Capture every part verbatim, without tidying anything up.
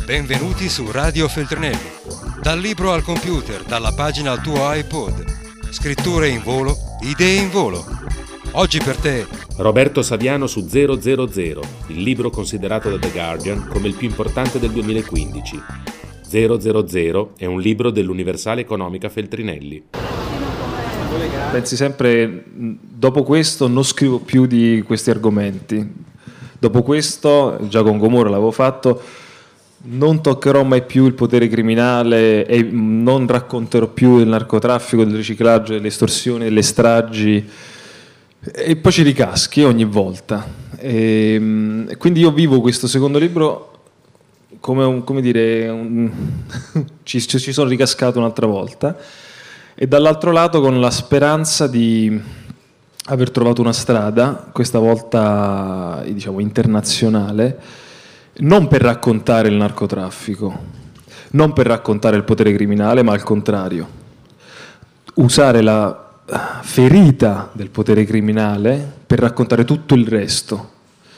Benvenuti su Radio Feltrinelli. Dal libro al computer, dalla pagina al tuo iPod. Scritture in volo, idee in volo. Oggi per te Roberto Saviano su zero zero zero, il libro considerato da The Guardian come il più importante del duemilaquindici. zero zero zero è un libro dell'Universale Economica Feltrinelli. Pensi sempre, dopo questo non scrivo più di questi argomenti. Dopo questo, già con Gomorra l'avevo fatto, non toccherò mai più il potere criminale e non racconterò più il narcotraffico, il riciclaggio, le estorsioni, le stragi, e poi ci ricaschi ogni volta. E quindi io vivo questo secondo libro come, un, come dire, un, ci, ci sono ricascato un'altra volta, e dall'altro lato con la speranza di aver trovato una strada, questa volta diciamo internazionale, non per raccontare il narcotraffico, non per raccontare il potere criminale, ma al contrario, usare la ferita del potere criminale per raccontare tutto il resto.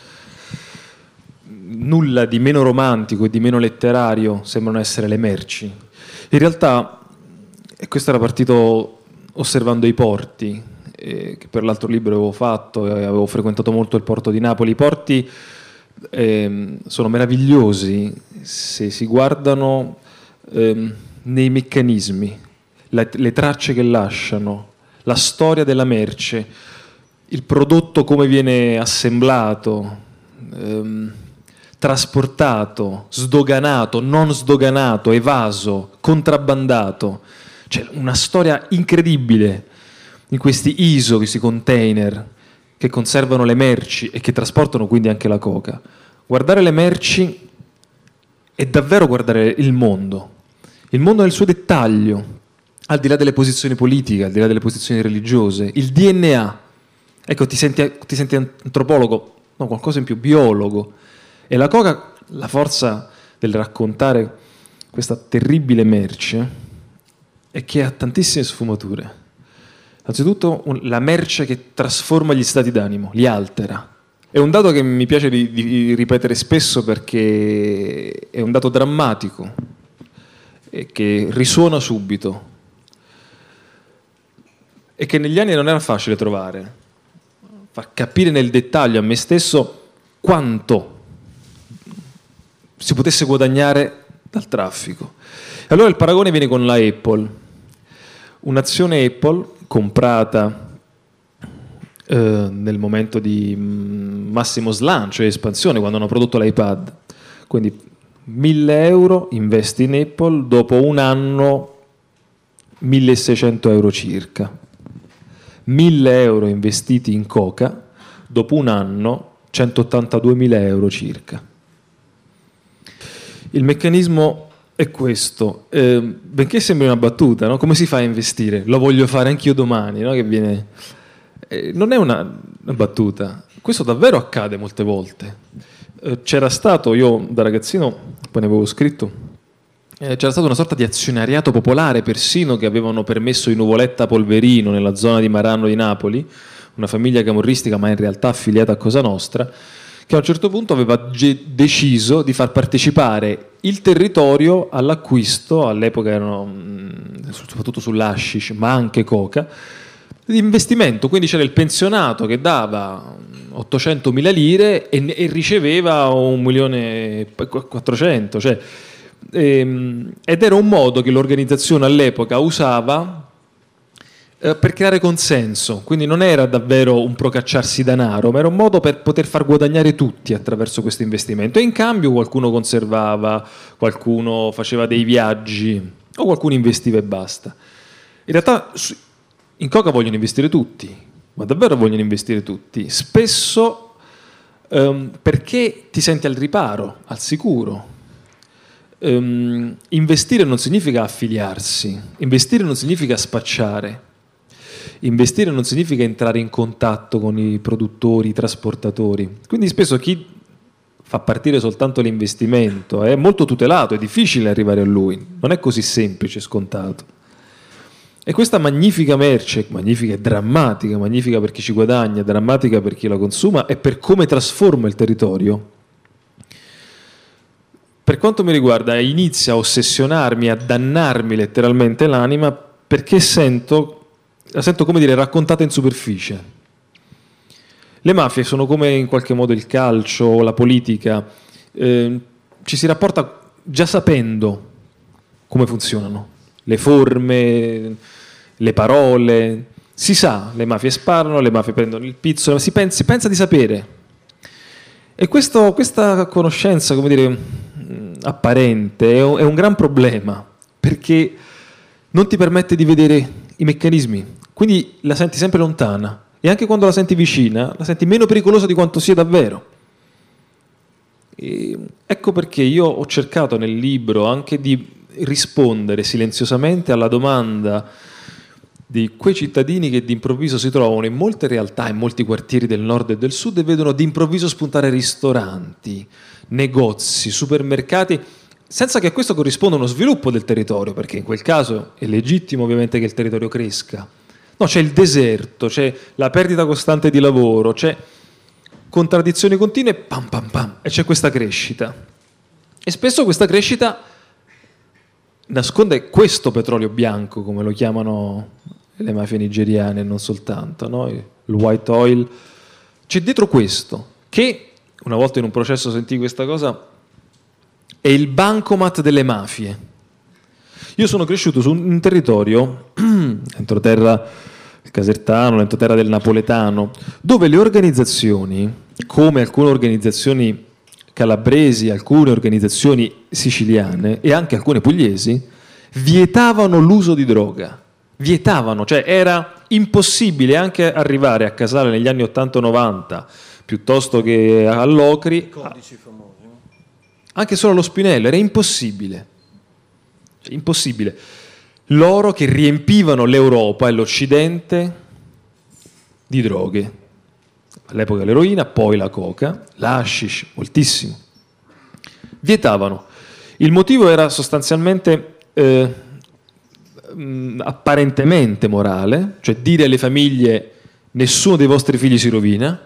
Nulla di meno romantico e di meno letterario sembrano essere le merci. In realtà, e questo era partito osservando i porti, eh, che per l'altro libro avevo fatto, e avevo frequentato molto il porto di Napoli. I porti eh, sono meravigliosi se si guardano eh, nei meccanismi, la, le tracce che lasciano, la storia della merce, il prodotto come viene assemblato, ehm, trasportato, sdoganato, non sdoganato, evaso, contrabbandato. C'è una storia incredibile in questi I S O, questi container che conservano le merci e che trasportano quindi anche la coca. Guardare le merci è davvero guardare il mondo, il mondo nel suo dettaglio, al di là delle posizioni politiche, al di là delle posizioni religiose, il D N A. Ecco, ti senti, ti senti antropologo, no, qualcosa in più, biologo. E la coca, la forza del raccontare questa terribile merce è che ha tantissime sfumature. Anzitutto un, la merce che trasforma gli stati d'animo, li altera. È un dato che mi piace di, di ripetere spesso perché è un dato drammatico e che risuona subito e che negli anni non era facile trovare, far capire nel dettaglio a me stesso quanto si potesse guadagnare dal traffico. E allora il paragone viene con la Apple, un'azione Apple comprata eh, nel momento di massimo slancio e espansione, quando hanno prodotto l'iPad. Quindi mille euro investi in Apple, dopo un anno milleseicento euro circa. mille euro investiti in Coca, dopo un anno centottantaduemila euro circa. Il meccanismo è questo, eh, benché sembri una battuta, no? Come si fa a investire? Lo voglio fare anch'io domani, no? Che viene... eh, non è una, una battuta, questo davvero accade molte volte. Eh, c'era stato, io da ragazzino, poi ne avevo scritto, eh, c'era stata una sorta di azionariato popolare persino che avevano permesso i Nuvoletta Polverino nella zona di Marano di Napoli, una famiglia camorristica ma in realtà affiliata a Cosa Nostra, che a un certo punto aveva ge- deciso di far partecipare il territorio all'acquisto, all'epoca erano mh, soprattutto sull'hashish, ma anche coca, di investimento. Quindi c'era il pensionato che dava ottocentomila lire e, e riceveva un milione e quattrocento, cioè, ehm, ed era un modo che l'organizzazione all'epoca usava per creare consenso, quindi non era davvero un procacciarsi denaro, ma era un modo per poter far guadagnare tutti attraverso questo investimento, e in cambio qualcuno conservava, qualcuno faceva dei viaggi o qualcuno investiva e basta. In realtà in coca vogliono investire tutti, ma davvero vogliono investire tutti, spesso um, perché ti senti al riparo, al sicuro. Um, investire non significa affiliarsi, investire non significa spacciare. Investire non significa entrare in contatto con i produttori, i trasportatori. Quindi spesso chi fa partire soltanto l'investimento è molto tutelato, è difficile arrivare a lui, non è così semplice, scontato. E questa magnifica merce, magnifica e drammatica, magnifica per chi ci guadagna, drammatica per chi la consuma e per come trasforma il territorio, per quanto mi riguarda, inizia a ossessionarmi, a dannarmi letteralmente l'anima, perché sento, la sento, come dire, raccontata in superficie. Le mafie sono come in qualche modo il calcio o la politica, eh, ci si rapporta già sapendo come funzionano, le forme, le parole, si sa, le mafie sparano, le mafie prendono il pizzo, si pensa, si pensa di sapere. E questo, questa conoscenza, come dire, apparente è un, è un gran problema, perché non ti permette di vedere i meccanismi, quindi la senti sempre lontana, e anche quando la senti vicina la senti meno pericolosa di quanto sia davvero. E ecco perché io ho cercato nel libro anche di rispondere silenziosamente alla domanda di quei cittadini che d'improvviso si trovano in molte realtà, in molti quartieri del nord e del sud, e vedono d'improvviso spuntare ristoranti, negozi, supermercati, senza che a questo corrisponda uno sviluppo del territorio, perché in quel caso è legittimo ovviamente che il territorio cresca. No, c'è il deserto, c'è la perdita costante di lavoro, c'è contraddizioni continue, pam pam pam, e c'è questa crescita. E spesso questa crescita nasconde questo petrolio bianco, come lo chiamano le mafie nigeriane, non soltanto, no? Il white oil. C'è dietro questo, che una volta in un processo sentii questa cosa, è il bancomat delle mafie. Io sono cresciuto su un territorio, l'entroterra casertano, l'entroterra del napoletano, dove le organizzazioni, come alcune organizzazioni calabresi, alcune organizzazioni siciliane e anche alcune pugliesi, vietavano l'uso di droga. Vietavano, cioè era impossibile anche arrivare a Casale negli anni ottanta novanta, piuttosto che a Locri, codici famosi, no? Anche solo allo Spinello, era impossibile. Cioè, impossibile. Loro che riempivano l'Europa e l'Occidente di droghe. All'epoca l'eroina, poi la coca, l'hashish, moltissimo. Vietavano. Il motivo era sostanzialmente eh, mh, apparentemente morale, cioè dire alle famiglie nessuno dei vostri figli si rovina.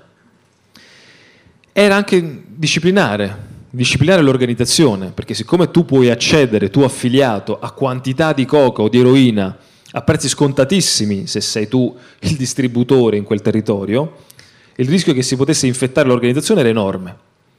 Era anche disciplinare, disciplinare l'organizzazione, perché siccome tu puoi accedere, tu affiliato, a quantità di coca o di eroina a prezzi scontatissimi, se sei tu il distributore in quel territorio, il rischio che si potesse infettare l'organizzazione era enorme.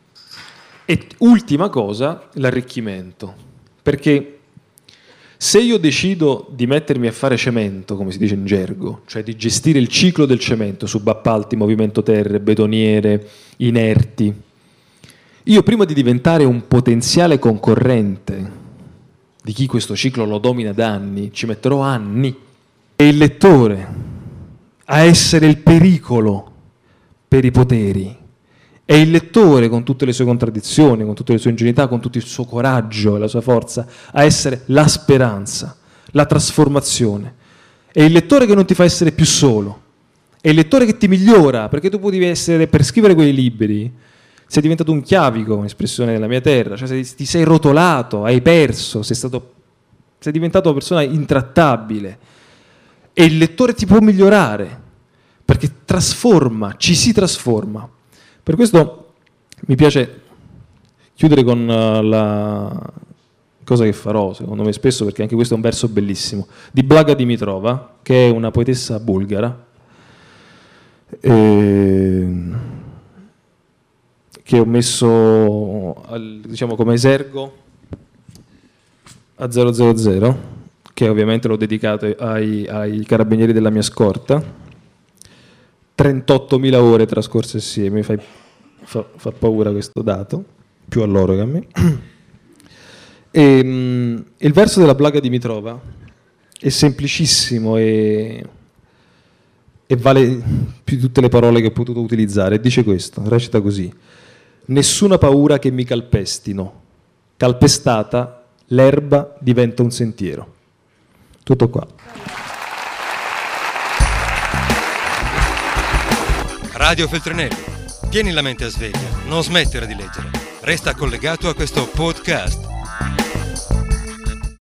E ultima cosa, l'arricchimento, perché se io decido di mettermi a fare cemento, come si dice in gergo, cioè di gestire il ciclo del cemento, subappalti, movimento terre, betoniere, inerti, io prima di diventare un potenziale concorrente di chi questo ciclo lo domina da anni, ci metterò anni. E il lettore a essere il pericolo per i poteri, è il lettore con tutte le sue contraddizioni, con tutte le sue ingenuità, con tutto il suo coraggio e la sua forza, a essere la speranza, la trasformazione. È il lettore che non ti fa essere più solo, è il lettore che ti migliora, perché tu potevi essere, per scrivere quei libri, sei diventato un chiavico, un'espressione della mia terra, cioè sei, ti sei rotolato, hai perso, sei, stato, sei diventato una persona intrattabile. E il lettore ti può migliorare, perché trasforma, ci si trasforma. Per questo mi piace chiudere con la cosa che farò, secondo me spesso, perché anche questo è un verso bellissimo, di Blaga Dimitrova, che è una poetessa bulgara, eh, che ho messo al, diciamo, come esergo a zero zero zero, che ovviamente l'ho dedicato ai, ai carabinieri della mia scorta. trentottomila ore trascorse assieme, fa, fa, fa paura questo dato, più a loro che a me. E, um, il verso della Blaga Dimitrova è semplicissimo e, e vale più di tutte le parole che ho potuto utilizzare. Dice questo, recita così: nessuna paura che mi calpestino, calpestata l'erba diventa un sentiero. Tutto qua. Radio Feltrinelli, tieni la mente a sveglia, non smettere di leggere. Resta collegato a questo podcast.